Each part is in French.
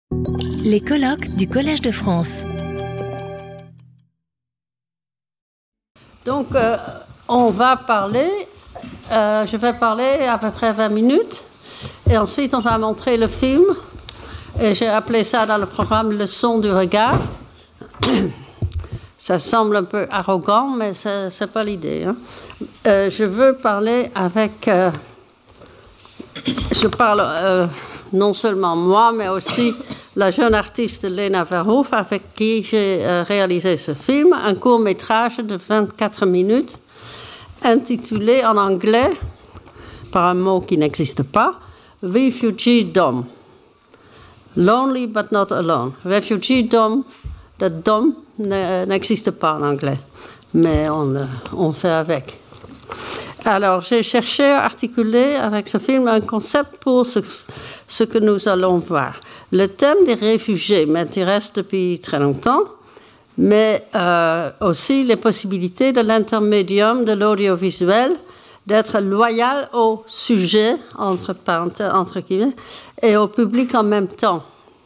Les colloques du Collège de France. Donc, on va parler, je vais parler à peu près 20 minutes, et ensuite on va montrer le film, et j'ai appelé ça dans le programme « Le son du regard ». Ça semble un peu arrogant, mais ce n'est pas l'idée. Hein. Je veux parler avec... je parle non seulement moi, mais aussi la jeune artiste Lena Verhoef, avec qui j'ai réalisé ce film, un court-métrage de 24 minutes, intitulé en anglais, par un mot qui n'existe pas, « Refugee Dom ». Lonely but not alone. Refugee Dom, le Dom n'existe pas en anglais, mais on fait avec. Alors, j'ai cherché à articuler avec ce film un concept pour ce que nous allons voir. Le thème des réfugiés m'intéresse depuis très longtemps, mais aussi les possibilités de l'intermédium de l'audiovisuel d'être loyal au sujet, entre guillemets, et au public en même temps,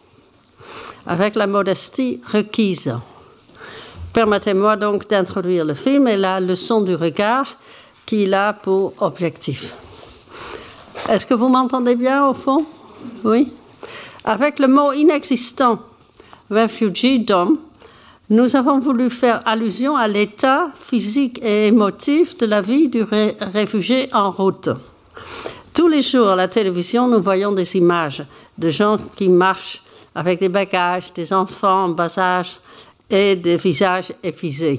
avec la modestie requise. Permettez-moi donc d'introduire le film et la leçon du regard qu'il a pour objectif. Est-ce que vous m'entendez bien au fond? Oui. Avec le mot inexistant, refugee dom, nous avons voulu faire allusion à l'état physique et émotif de la vie du réfugié en route. Tous les jours à la télévision, nous voyons des images de gens qui marchent avec des bagages, des enfants en bas âge et des visages épuisés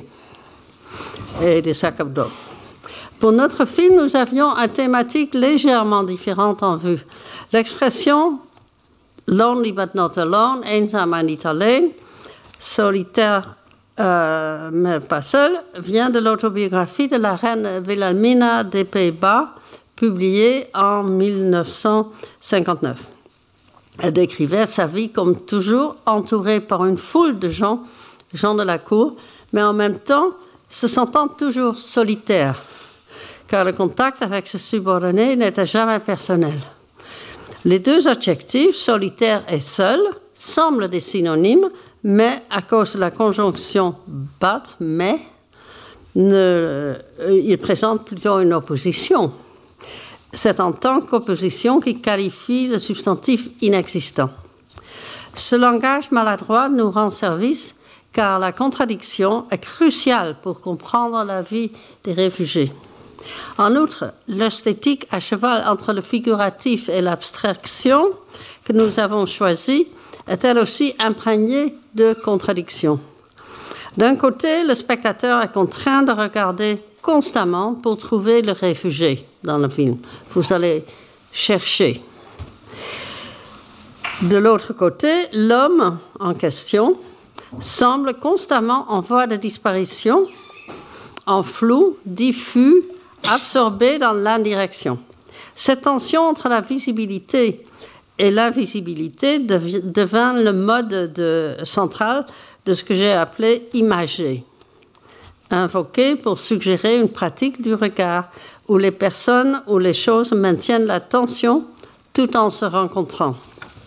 et des sacs à dos. Pour notre film, nous avions une thématique légèrement différente en vue. L'expression « lonely but not alone »,« eenzaam maar niet alleen », solitaire mais pas seul, vient de l'autobiographie de la reine Wilhelmina des Pays-Bas, publiée en 1959. Elle décrivait sa vie comme toujours entourée par une foule de gens de la cour, mais en même temps se sentant toujours solitaire, car le contact avec ses subordonnés n'était jamais personnel. Les deux adjectifs, solitaire et seul, semblent des synonymes, mais à cause de la conjonction but, mais, ils présentent plutôt une opposition. C'est en tant qu'opposition qui qualifie le substantif inexistant. Ce langage maladroit nous rend service car la contradiction est cruciale pour comprendre la vie des réfugiés. En outre, l'esthétique à cheval entre le figuratif et l'abstraction que nous avons choisie est elle aussi imprégnée de contradictions. D'un côté, le spectateur est contraint de regarder constamment pour trouver le réfugié dans le film. Vous allez chercher. De l'autre côté, l'homme en question semble constamment en voie de disparition, en flou, diffus, absorbé dans l'indirection. Cette tension entre la visibilité et l'invisibilité devint le mode central de ce que j'ai appelé imager, invoqué pour suggérer une pratique du regard où les personnes ou les choses maintiennent la tension tout en se rencontrant.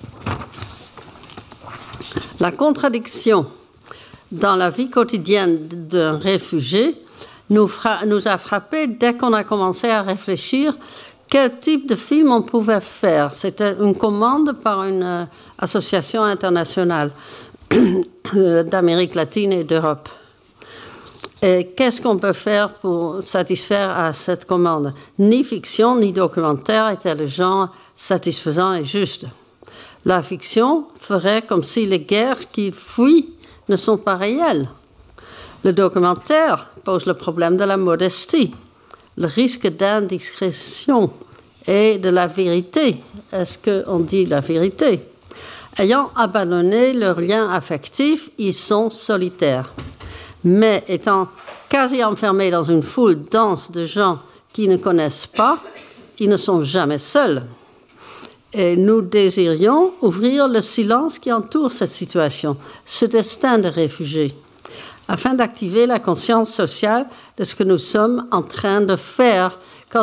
La contradiction dans la vie quotidienne d'un réfugié nous a frappé dès qu'on a commencé à réfléchir quel type de film on pouvait faire. C'était une commande par une association internationale d'Amérique latine et d'Europe. Et qu'est-ce qu'on peut faire pour satisfaire à cette commande? Ni fiction ni documentaire était le genre satisfaisant et juste. La fiction ferait comme si les guerres qui fuient ne sont pas réelles. Le documentaire pose le problème de la modestie, le risque d'indiscrétion et de la vérité. Est-ce qu'on dit la vérité? Ayant abandonné leur lien affectif, ils sont solitaires. Mais étant quasi enfermés dans une foule dense de gens qui ne connaissent pas, ils ne sont jamais seuls. Et nous désirions ouvrir le silence qui entoure cette situation, ce destin de réfugiés, afin d'activer la conscience sociale de ce que nous sommes en train de faire quand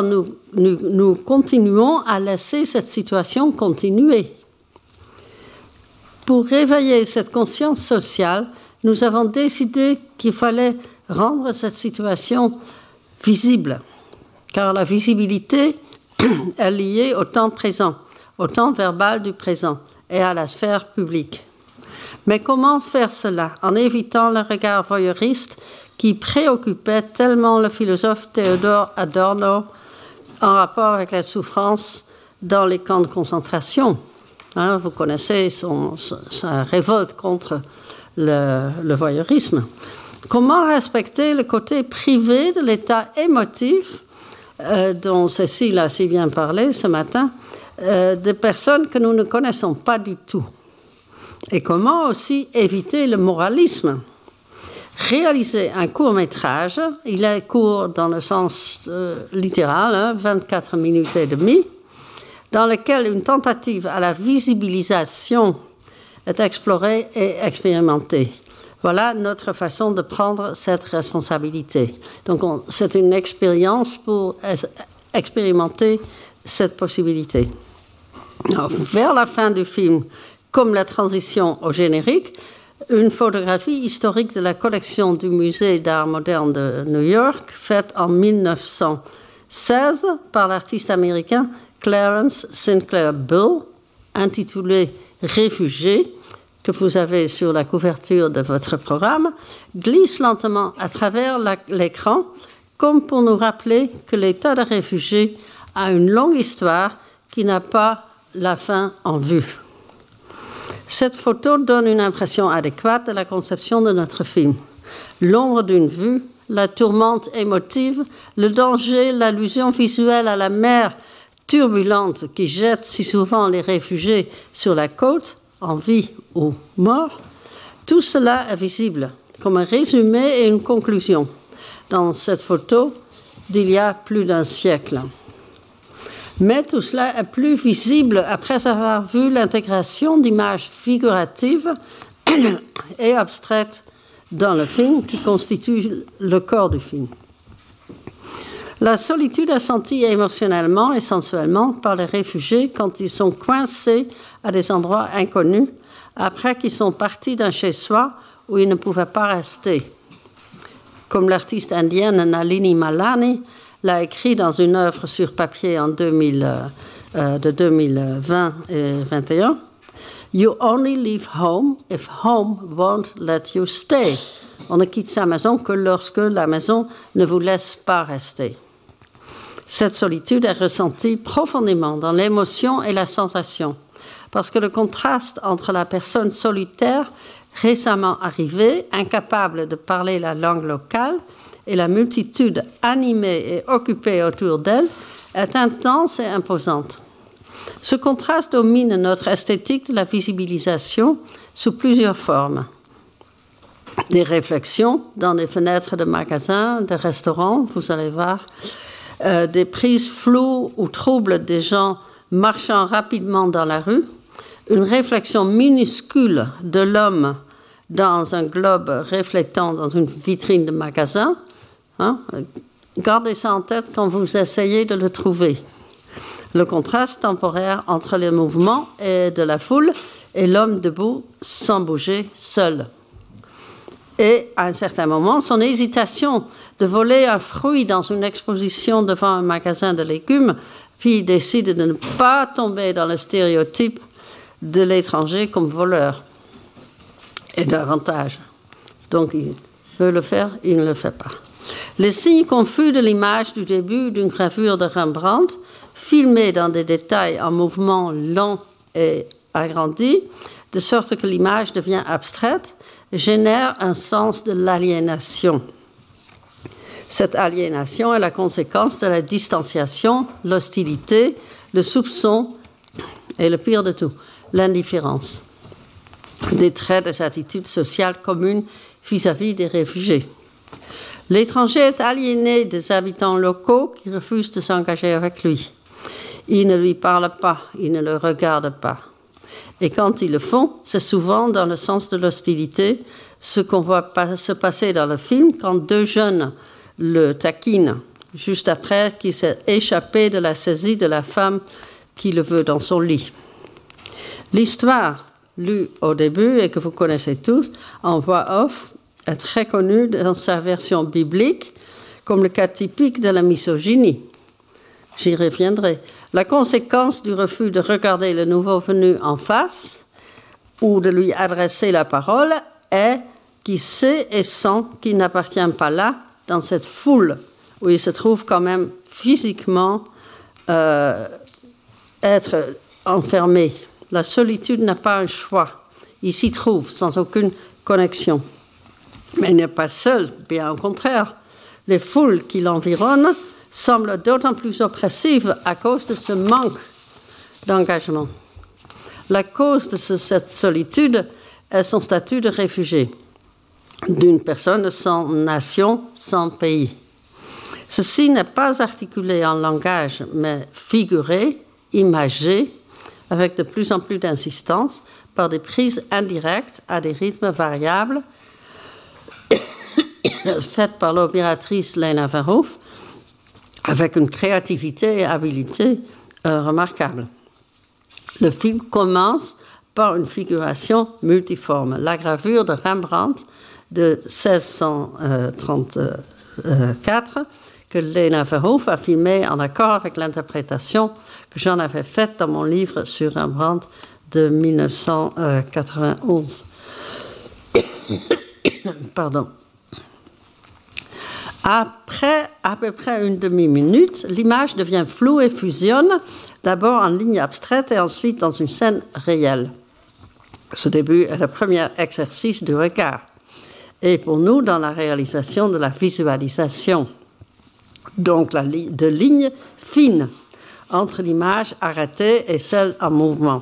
nous continuons à laisser cette situation continuer. Pour réveiller cette conscience sociale, nous avons décidé qu'il fallait rendre cette situation visible, car la visibilité est liée au temps présent, au temps verbal du présent et à la sphère publique. Mais comment faire cela en évitant le regard voyeuriste qui préoccupait tellement le philosophe Theodor Adorno en rapport avec la souffrance dans les camps de concentration? Vous connaissez sa révolte contre le voyeurisme. Comment respecter le côté privé de l'état émotif dont Cécile a si bien parlé ce matin, de personnes que nous ne connaissons pas du tout? Et comment aussi éviter le moralisme? Réaliser un court-métrage, il est court dans le sens littéral, 24 minutes et demie, dans lequel une tentative à la visibilisation est explorée et expérimentée. Voilà notre façon de prendre cette responsabilité. Donc, c'est une expérience pour expérimenter cette possibilité. Alors, vers la fin du film, comme la transition au générique, une photographie historique de la collection du Musée d'art moderne de New York, faite en 1916 par l'artiste américain Clarence Sinclair Bull, intitulée « Réfugiés », que vous avez sur la couverture de votre programme, glisse lentement à travers l'écran, comme pour nous rappeler que l'état de réfugié a une longue histoire qui n'a pas la fin en vue. Cette photo donne une impression adéquate de la conception de notre film. L'ombre d'une vue, la tourmente émotive, le danger, l'allusion visuelle à la mer turbulente qui jette si souvent les réfugiés sur la côte, en vie ou mort, tout cela est visible comme un résumé et une conclusion dans cette photo d'il y a plus d'un siècle. Mais tout cela est plus visible après avoir vu l'intégration d'images figuratives et abstraites dans le film qui constitue le corps du film. La solitude est sentie émotionnellement et sensuellement par les réfugiés quand ils sont coincés à des endroits inconnus après qu'ils sont partis d'un chez-soi où ils ne pouvaient pas rester. Comme l'artiste indienne Nalini Malani l'a écrit dans une œuvre sur papier en 2020 et 2021, « You only leave home if home won't let you stay ». On ne quitte sa maison que lorsque la maison ne vous laisse pas rester. Cette solitude est ressentie profondément dans l'émotion et la sensation, parce que le contraste entre la personne solitaire, récemment arrivée, incapable de parler la langue locale, et la multitude animée et occupée autour d'elle est intense et imposante. Ce contraste domine notre esthétique de la visibilisation sous plusieurs formes. Des réflexions dans des fenêtres de magasins, de restaurants, vous allez voir, des prises floues ou troubles des gens marchant rapidement dans la rue, une réflexion minuscule de l'homme dans un globe reflétant dans une vitrine de magasin. Gardez ça en tête quand vous essayez de le trouver. Le contraste temporaire entre les mouvements de la foule et l'homme debout sans bouger, seul. Et à un certain moment, son hésitation de voler un fruit dans une exposition devant un magasin de légumes, puis il décide de ne pas tomber dans le stéréotype de l'étranger comme voleur. Et davantage. Donc, il veut le faire, il ne le fait pas. Les signes confus de l'image du début d'une gravure de Rembrandt, filmée dans des détails en mouvement lent et agrandi, de sorte que l'image devient abstraite, génère un sens de l'aliénation. Cette aliénation est la conséquence de la distanciation, l'hostilité, le soupçon et le pire de tout, l'indifférence. Des traits des attitudes sociales communes vis-à-vis des réfugiés. L'étranger est aliéné des habitants locaux qui refusent de s'engager avec lui. Ils ne lui parlent pas, ils ne le regardent pas. Et quand ils le font, c'est souvent dans le sens de l'hostilité, ce qu'on voit se passer dans le film quand deux jeunes le taquinent, juste après qu'il s'est échappé de la saisie de la femme qui le veut dans son lit. L'histoire lu au début et que vous connaissez tous, en voix off, est très connu dans sa version biblique comme le cas typique de la misogynie. J'y reviendrai. La conséquence du refus de regarder le nouveau venu en face ou de lui adresser la parole est qu'il sait et sent qu'il n'appartient pas là, dans cette foule où il se trouve quand même physiquement être enfermé. La solitude n'a pas un choix. Il s'y trouve sans aucune connexion. Mais il n'est pas seul, bien au contraire. Les foules qui l'environnent semblent d'autant plus oppressives à cause de ce manque d'engagement. La cause de cette solitude est son statut de réfugié, d'une personne sans nation, sans pays. Ceci n'est pas articulé en langage, mais figuré, imagé, avec de plus en plus d'insistance, par des prises indirectes à des rythmes variables, faites par l'opératrice Lena Verhoef, avec une créativité et habileté remarquables. Le film commence par une figuration multiforme. La gravure de Rembrandt de 1634, que Lena Verhoef a filmée en accord avec l'interprétation que j'en avais faite dans mon livre sur Rembrandt de 1991. Pardon. Après à peu près une demi-minute, l'image devient floue et fusionne, d'abord en ligne abstraite et ensuite dans une scène réelle. Ce début est le premier exercice du regard. Et pour nous, dans la réalisation de la visualisation, donc de lignes fines entre l'image arrêtée et celle en mouvement.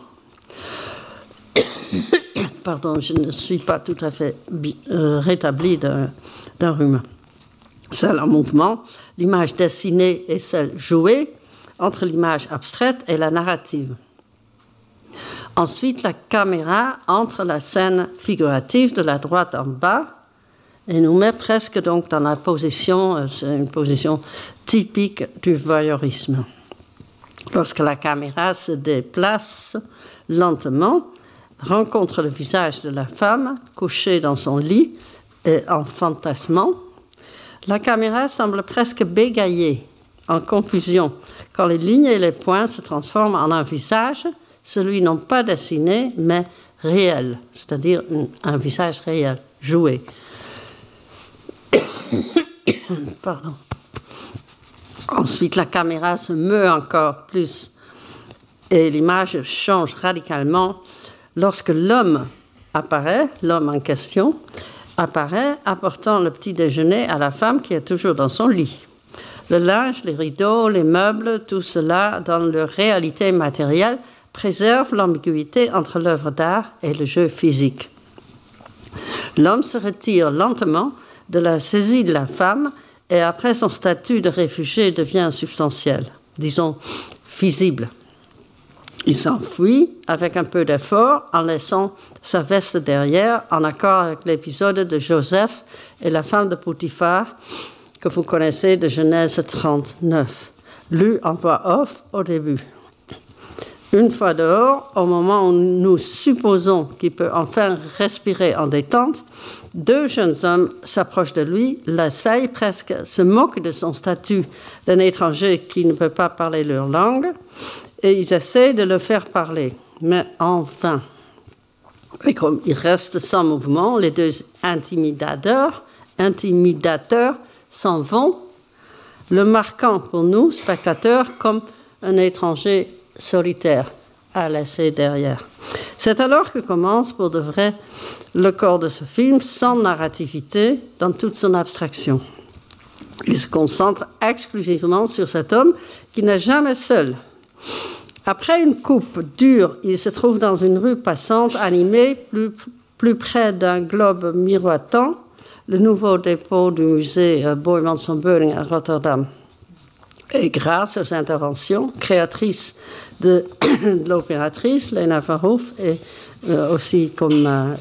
Pardon, je ne suis pas tout à fait rétablie d'un rhume. Celle en mouvement, l'image dessinée et celle jouée, entre l'image abstraite et la narrative. Ensuite, la caméra entre la scène figurative de la droite en bas et nous met presque donc dans la position, c'est une position typique du voyeurisme. Lorsque la caméra se déplace lentement, rencontre le visage de la femme couchée dans son lit et en fantasmant, la caméra semble presque bégayer, en confusion, quand les lignes et les points se transforment en un visage, celui non pas dessiné, mais réel, c'est-à-dire un visage réel, joué. Pardon. Ensuite, la caméra se meut encore plus et l'image change radicalement lorsque l'homme apparaît, l'homme en question, apparaît apportant le petit déjeuner à la femme qui est toujours dans son lit. Le linge, les rideaux, les meubles, tout cela, dans leur réalité matérielle, préserve l'ambiguïté entre l'œuvre d'art et le jeu physique. L'homme se retire lentement de la saisie de la femme et après son statut de réfugié devient substantiel, disons visible. Il s'enfuit avec un peu d'effort en laissant sa veste derrière, en accord avec l'épisode de Joseph et la femme de Potiphar que vous connaissez de Genèse 39, lu en voix off au début. Une fois dehors, au moment où nous supposons qu'il peut enfin respirer en détente, deux jeunes hommes s'approchent de lui, l'assaillent presque, se moquent de son statut d'un étranger qui ne peut pas parler leur langue, et ils essaient de le faire parler, mais en vain. Et comme il reste sans mouvement, les deux intimidateurs s'en vont, le marquant pour nous, spectateurs, comme un étranger solitaire à laisser derrière. C'est alors que commence pour de vrai le corps de ce film, sans narrativité, dans toute son abstraction. Il se concentre exclusivement sur cet homme qui n'est jamais seul. Après une coupe dure, il se trouve dans une rue passante animée, plus près d'un globe miroitant, le nouveau dépôt du musée Boijmans van Beuningen à Rotterdam. Et grâce aux interventions créatrices de l'opératrice Lena Verhoef et aussi comme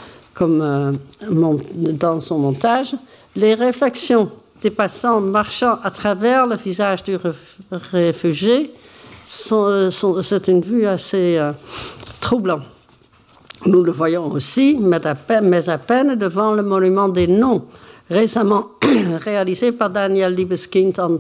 dans son montage, les réflexions des passants marchant à travers le visage du réfugié, c'est une vue assez troublante. Nous le voyons aussi, mais à peine devant le monument des noms, récemment réalisé par Daniel Libeskind en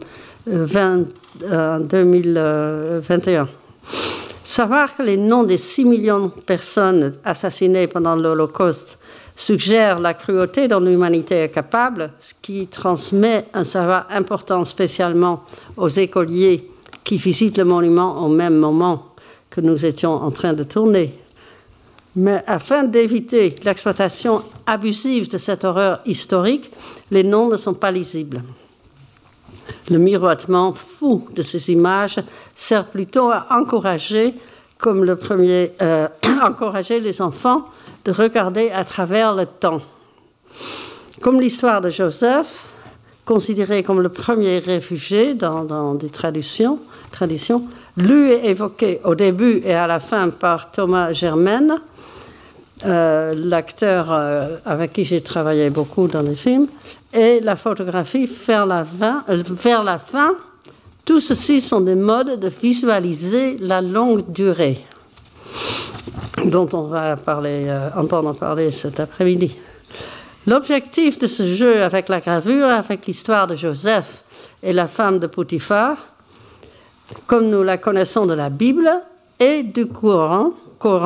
2021. Savoir que les noms des 6 millions de personnes assassinées pendant l'Holocauste suggère la cruauté dont l'humanité est capable, ce qui transmet un savoir important spécialement aux écoliers qui visitent le monument au même moment que nous étions en train de tourner. Mais afin d'éviter l'exploitation abusive de cette horreur historique, les noms ne sont pas lisibles. Le miroitement fou de ces images sert plutôt à encourager, encourager les enfants de regarder à travers le temps. Comme l'histoire de Joseph, considéré comme le premier réfugié dans des traditions, lu et évoqué au début et à la fin par Thomas Germaine, l'acteur avec qui j'ai travaillé beaucoup dans les films, et la photographie vers la fin, tout ceci sont des modes de visualiser la longue durée, dont on va entendre parler cet après-midi. L'objectif de ce jeu avec la gravure, avec l'histoire de Joseph et la femme de Potiphar, comme nous la connaissons de la Bible et du Coran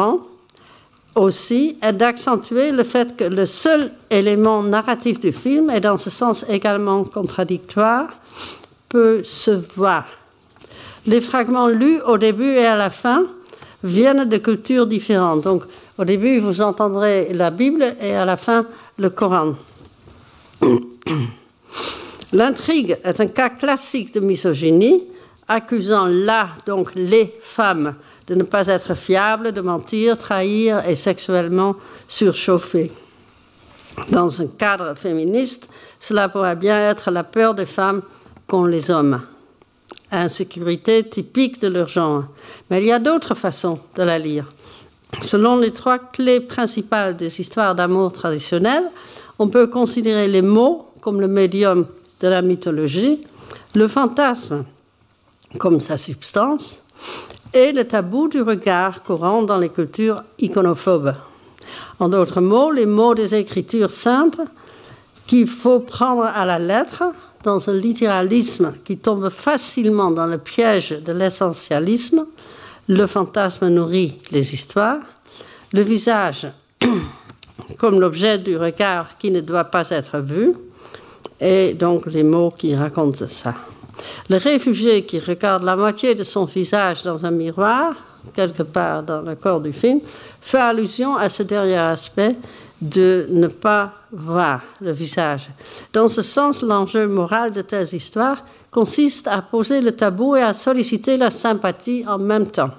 aussi, est d'accentuer le fait que le seul élément narratif du film, et dans ce sens également contradictoire, peut se voir. Les fragments lus au début et à la fin viennent de cultures différentes. Donc, au début, vous entendrez la Bible et à la fin, le Coran. L'intrigue est un cas classique de misogynie, accusant donc les femmes de ne pas être fiables, de mentir, trahir et sexuellement surchauffer. Dans un cadre féministe, cela pourrait bien être la peur des femmes qu'ont les hommes. Insécurité typique de leur genre. Mais il y a d'autres façons de la lire. Selon les 3 clés principales des histoires d'amour traditionnelles, on peut considérer les mots comme le médium de la mythologie, le fantasme comme sa substance, et le tabou du regard courant dans les cultures iconophobes. En d'autres mots, les mots des Écritures saintes qu'il faut prendre à la lettre dans un littéralisme qui tombe facilement dans le piège de l'essentialisme. Le fantasme nourrit les histoires, le visage comme l'objet du regard qui ne doit pas être vu, et donc les mots qui racontent ça. Le réfugié qui regarde la moitié de son visage dans un miroir, quelque part dans le corps du film, fait allusion à ce dernier aspect de ne pas voir le visage. Dans ce sens, l'enjeu moral de telles histoires consiste à poser le tabou et à solliciter la sympathie en même temps.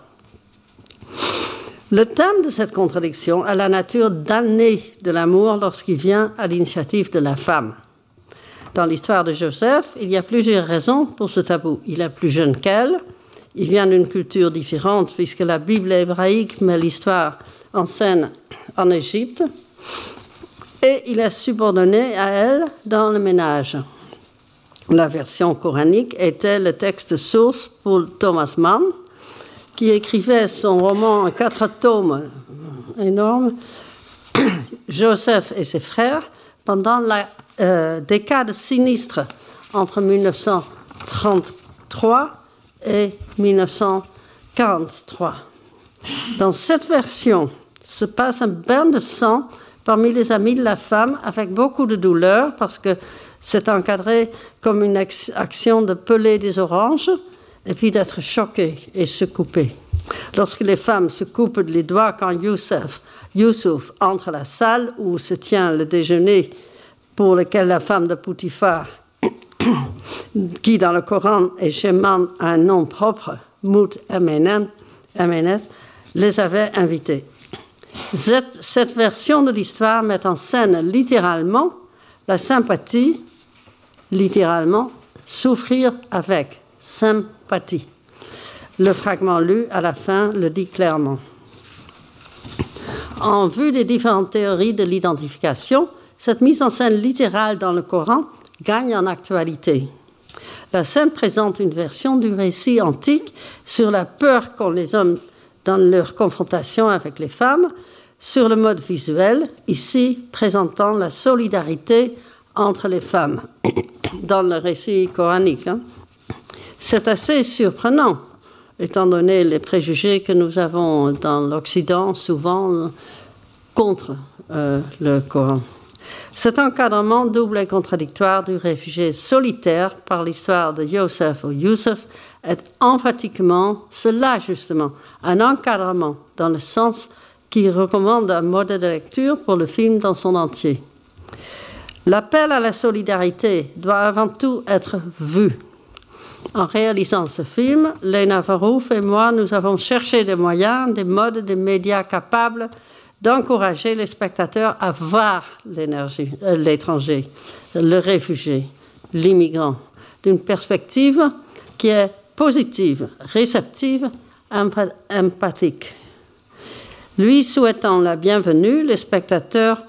Le thème de cette contradiction est la nature damnée de l'amour lorsqu'il vient à l'initiative de la femme. Dans l'histoire de Joseph, il y a plusieurs raisons pour ce tabou. Il est plus jeune qu'elle, il vient d'une culture différente puisque la Bible hébraïque met l'histoire en scène en Égypte, et il est subordonné à elle dans le ménage. La version coranique était le texte source pour Thomas Mann, qui écrivait son roman en 4 tomes énormes, Joseph et ses frères, pendant la décade sinistre entre 1933 et 1943. Dans cette version se passe un bain de sang parmi les amis de la femme avec beaucoup de douleur parce que c'est encadré comme une action de peler des oranges et puis d'être choqué et se couper. Lorsque les femmes se coupent les doigts quand Youssouf entre la salle où se tient le déjeuner pour lequel la femme de Potiphar, qui dans le Coran et chez Man a un nom propre, Mout Amenet, les avait invités. Cette version de l'histoire met en scène littéralement la sympathie, littéralement souffrir avec sympathie. Le fragment lu à la fin le dit clairement. En vue des différentes théories de l'identification, cette mise en scène littérale dans le Coran gagne en actualité. La scène présente une version du récit antique sur la peur qu'ont les hommes dans leur confrontation avec les femmes, sur le mode visuel, ici présentant la solidarité entre les femmes dans le récit coranique. C'est assez surprenant, étant donné les préjugés que nous avons dans l'Occident, souvent contre le Coran. Cet encadrement double et contradictoire du réfugié solitaire par l'histoire de Yosef ou Youssef est emphatiquement cela, justement, un encadrement dans le sens qui recommande un mode de lecture pour le film dans son entier. L'appel à la solidarité doit avant tout être vu. En réalisant ce film, Lena Verhoef et moi, nous avons cherché des moyens, des modes, des médias capables d'encourager les spectateurs à voir l'étranger, le réfugié, l'immigrant, d'une perspective qui est positive, réceptive, empathique. Lui souhaitant la bienvenue, les spectateurs,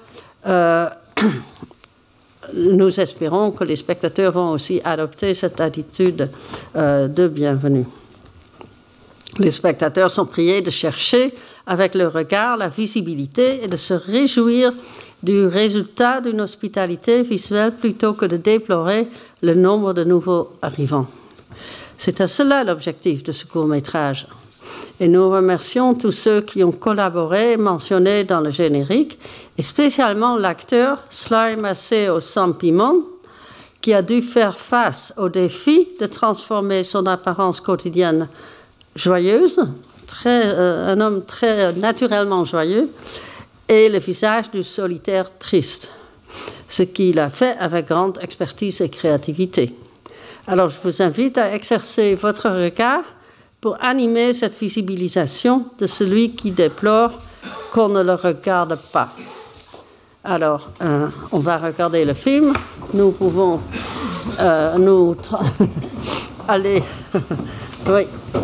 nous espérons que les spectateurs vont aussi adopter cette attitude de bienvenue. Les spectateurs sont priés de chercher avec le regard la visibilité et de se réjouir du résultat d'une hospitalité visuelle plutôt que de déplorer le nombre de nouveaux arrivants. C'est à cela l'objectif de ce court-métrage. Et nous remercions tous ceux qui ont collaboré, mentionnés dans le générique, et spécialement l'acteur Sly Maceo Sampimon, qui a dû faire face au défi de transformer son apparence quotidienne joyeuse, un homme très naturellement joyeux, et le visage du solitaire triste, ce qu'il a fait avec grande expertise et créativité. Alors je vous invite à exercer votre regard pour animer cette visibilisation de celui qui déplore qu'on ne le regarde pas. Alors, on va regarder le film. Nous pouvons aller... oui.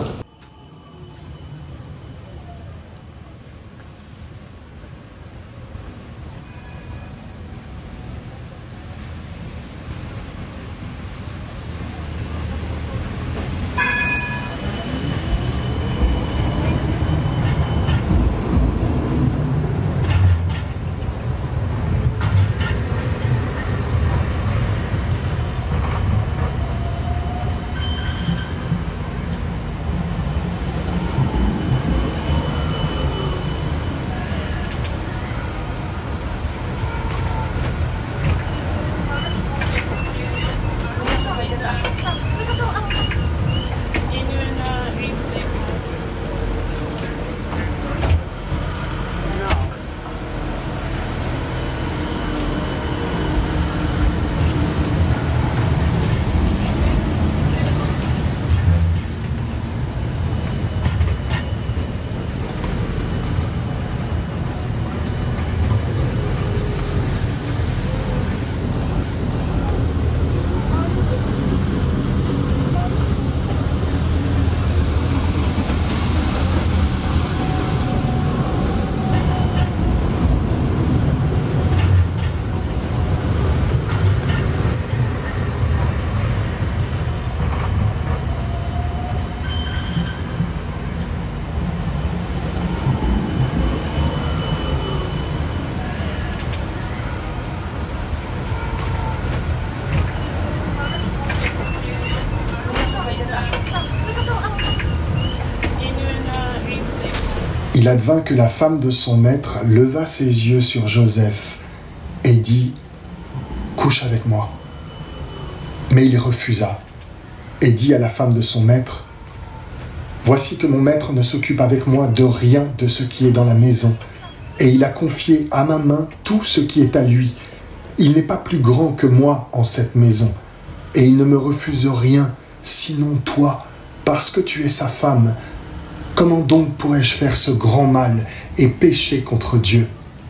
Il advint que la femme de son maître leva ses yeux sur Joseph et dit « Couche avec moi ». Mais il refusa et dit à la femme de son maître « Voici que mon maître ne s'occupe avec moi de rien de ce qui est dans la maison, et il a confié à ma main tout ce qui est à lui. Il n'est pas plus grand que moi en cette maison, et il ne me refuse rien, sinon toi, parce que tu es sa femme. Comment donc pourrais-je faire ce grand mal et pécher contre Dieu ?»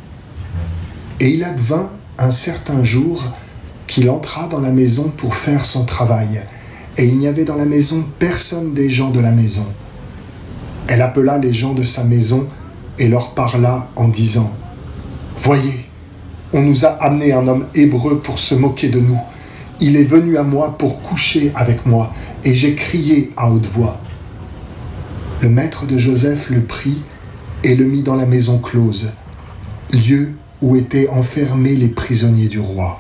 Et il advint un certain jour qu'il entra dans la maison pour faire son travail, et il n'y avait dans la maison personne des gens de la maison. Elle appela les gens de sa maison et leur parla en disant « Voyez, on nous a amené un homme hébreu pour se moquer de nous. Il est venu à moi pour coucher avec moi, et j'ai crié à haute voix. » Le maître de Joseph le prit et le mit dans la maison close, lieu où étaient enfermés les prisonniers du roi.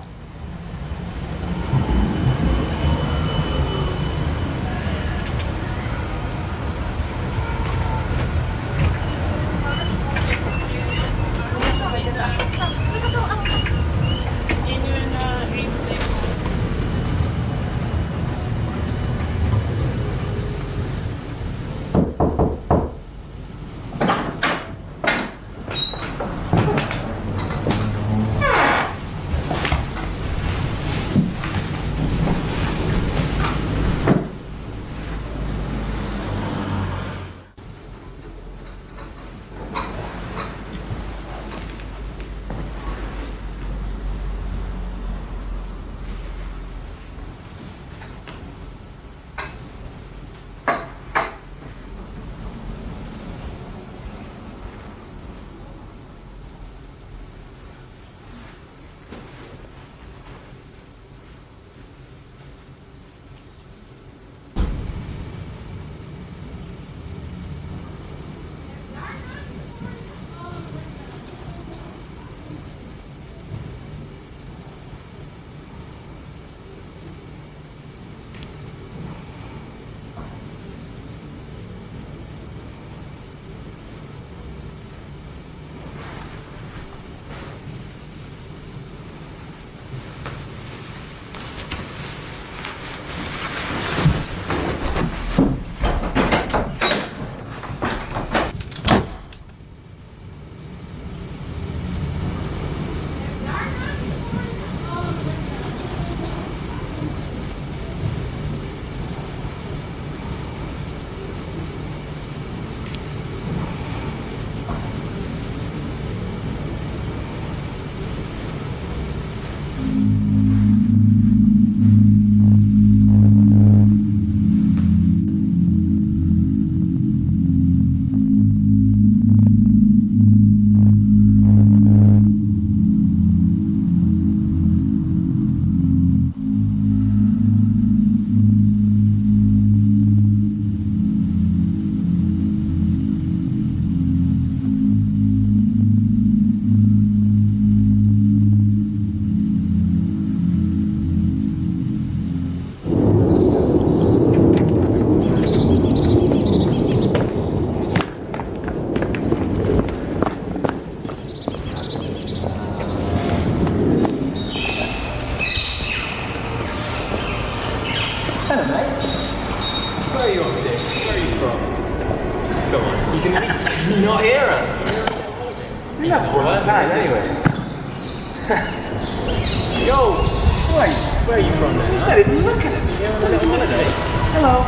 Hello, mate. Where are you off to? Where are you from? Come on, you can not hear us. You're not bored time anyway. Yo, where are you from then? You said it, look at it. You're on a little holiday. Hello.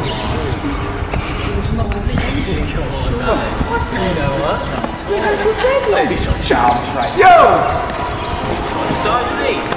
Come on. What? You know what? Maybe some charms, right? Yo! What time is it?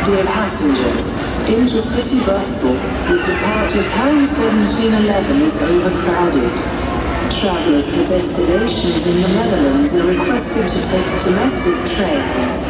Dear passengers, intercity bus with departure time 1711 is overcrowded. Travelers for destinations in the Netherlands are requested to take domestic trains.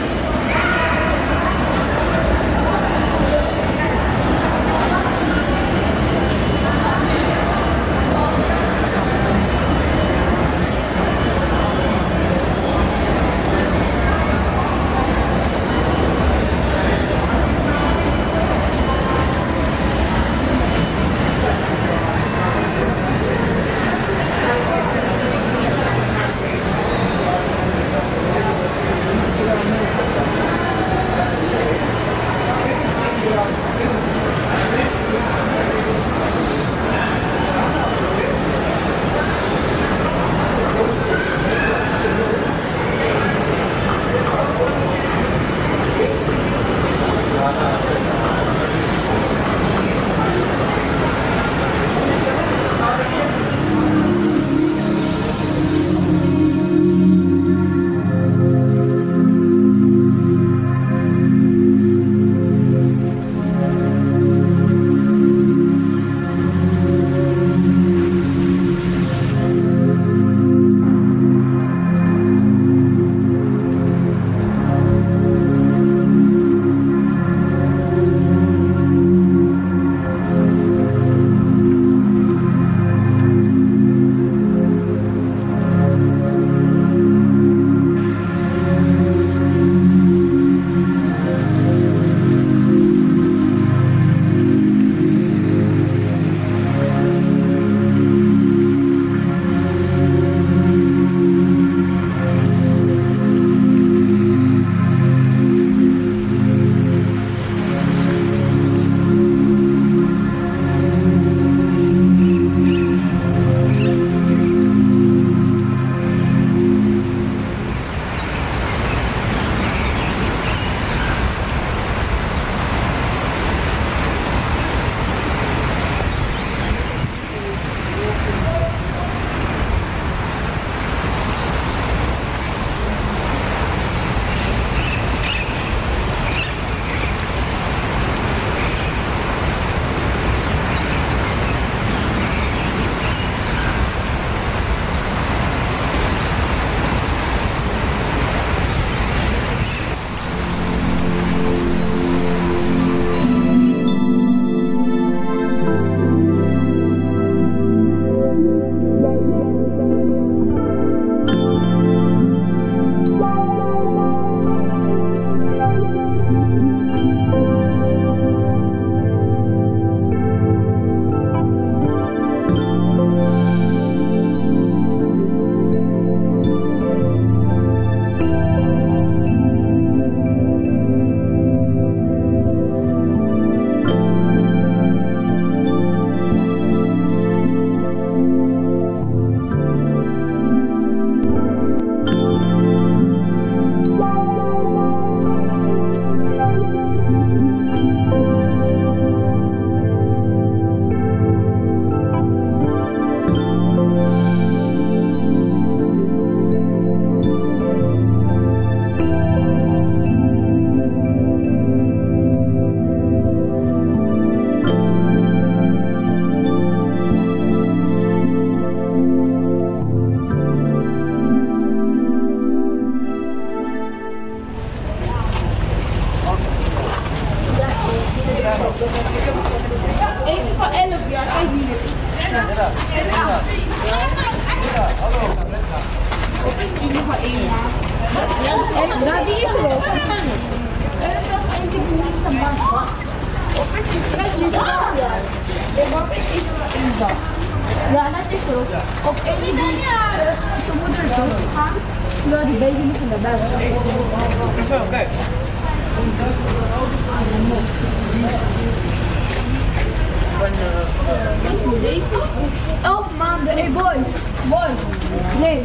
Eentje van 11 jaar, kijk hier. Eentje van 1 jaar. En die is er ook. Dat is eentje die niet zijn band wacht. Of is die krijgt niet aan? De band is in de dag. Ja, dat is er ook. Of eentje die zijn moeder is doodgegaan. Terwijl die baby niet in de buik zat. Kijk. 11 maanden, hey boys, nee.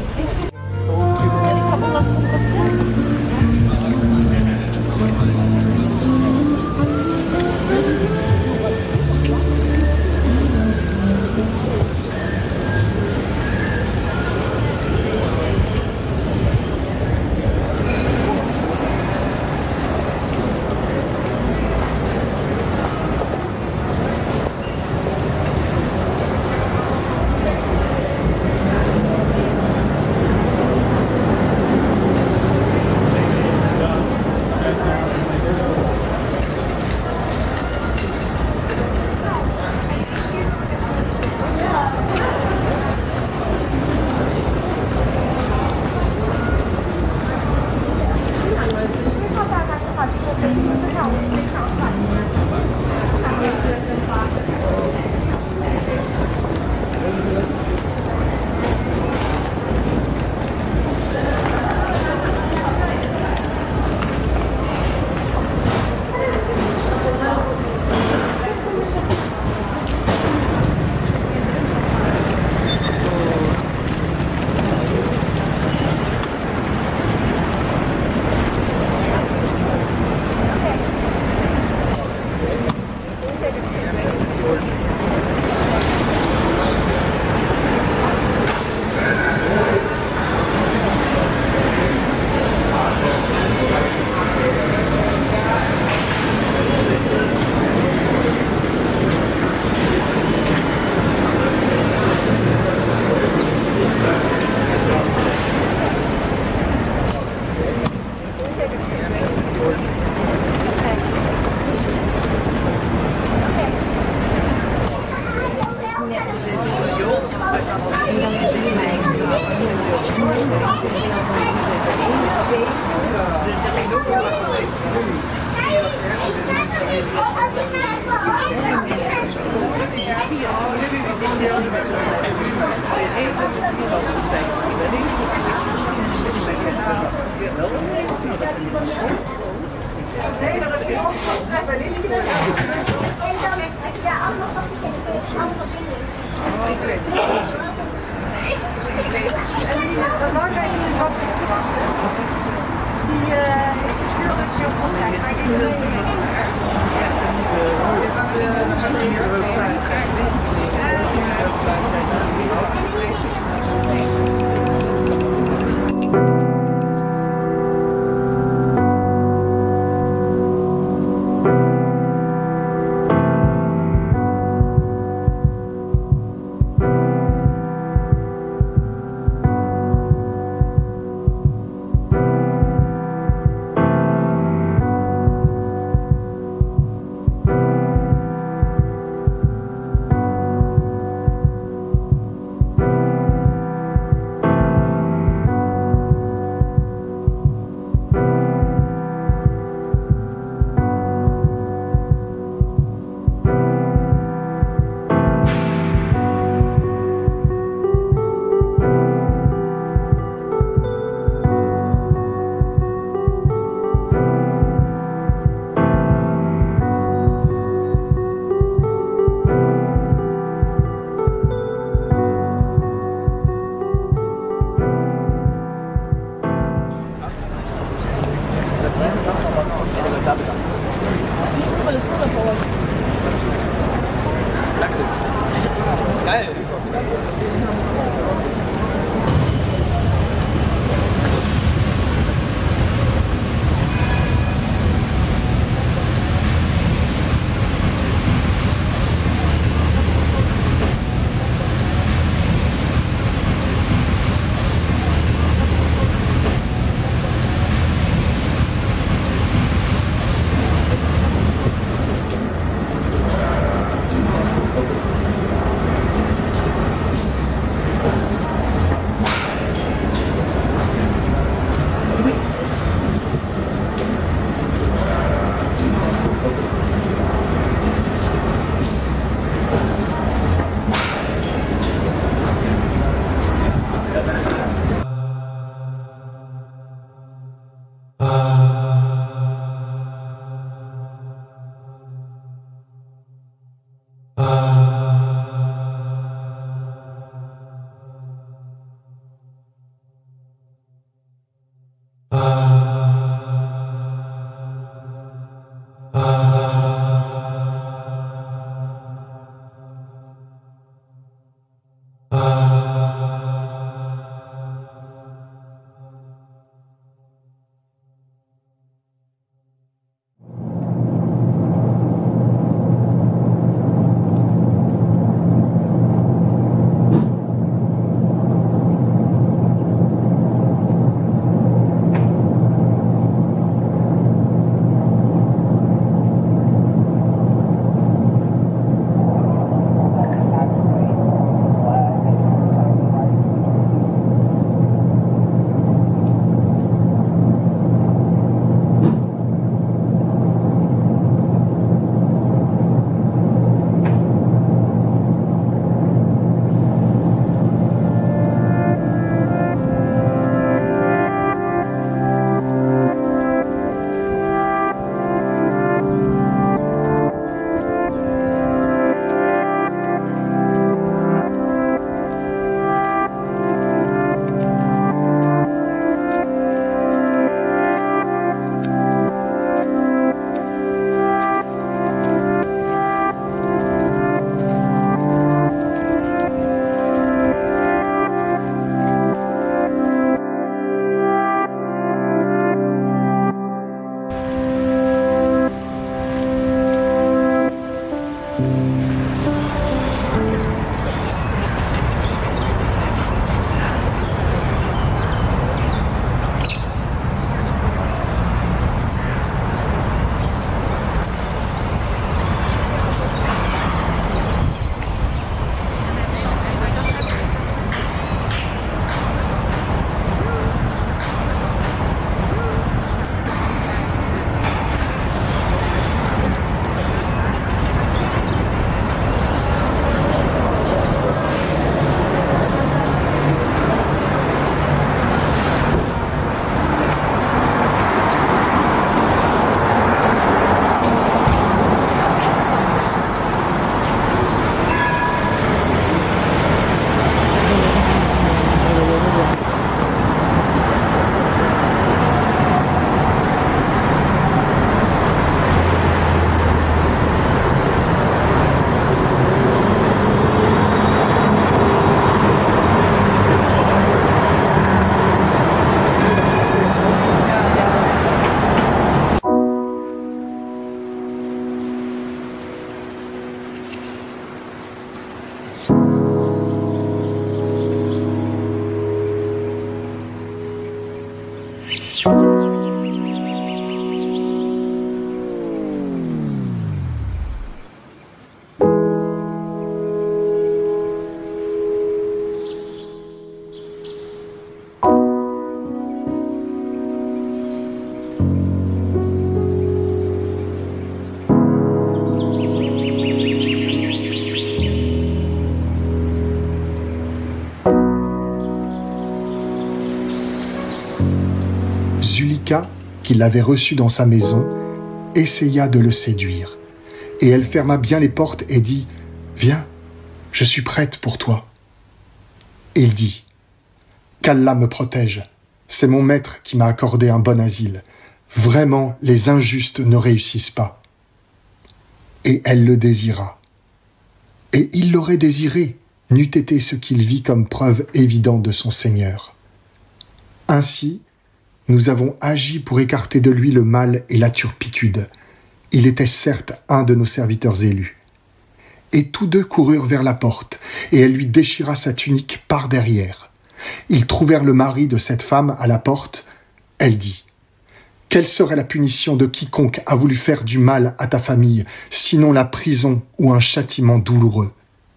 qui l'avait reçu dans sa maison, essaya de le séduire. Et elle ferma bien les portes et dit « Viens, je suis prête pour toi. » Il dit « Qu'Allah me protège, c'est mon maître qui m'a accordé un bon asile. Vraiment, les injustes ne réussissent pas. » Et elle le désira. Et il l'aurait désiré, n'eût été ce qu'il vit comme preuve évidente de son Seigneur. Ainsi, nous avons agi pour écarter de lui le mal et la turpitude. Il était certes un de nos serviteurs élus. Et tous deux coururent vers la porte, et elle lui déchira sa tunique par derrière. Ils trouvèrent le mari de cette femme à la porte. Elle dit « Quelle serait la punition de quiconque a voulu faire du mal à ta famille, sinon la prison ou un châtiment douloureux ?»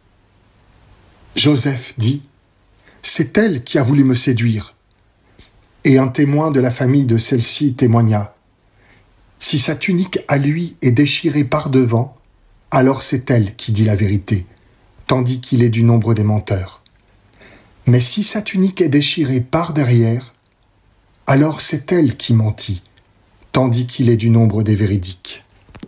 Joseph dit « C'est elle qui a voulu me séduire. » Et un témoin de la famille de celle-ci témoigna « Si sa tunique à lui est déchirée par devant, alors c'est elle qui dit la vérité, tandis qu'il est du nombre des menteurs. Mais si sa tunique est déchirée par derrière, alors c'est elle qui mentit, tandis qu'il est du nombre des véridiques. »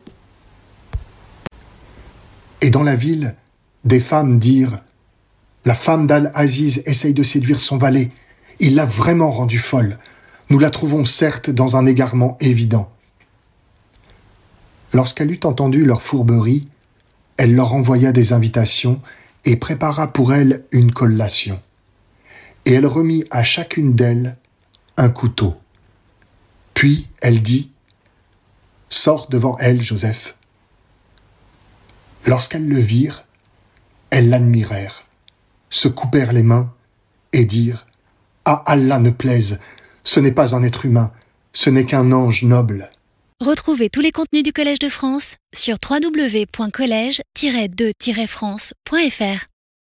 Et dans la ville, des femmes dirent « La femme d'Al-Aziz essaye de séduire son valet. Il l'a vraiment rendue folle. Nous la trouvons certes dans un égarement évident. » Lorsqu'elle eut entendu leur fourberie, elle leur envoya des invitations et prépara pour elles une collation. Et elle remit à chacune d'elles un couteau. Puis elle dit « Sors devant elle, Joseph. » Lorsqu'elles le virent, elles l'admirèrent, se coupèrent les mains et dirent « À Allah ne plaise, ce n'est pas un être humain, ce n'est qu'un ange noble. » Retrouvez tous les contenus du Collège de France sur www.collège-2-france.fr.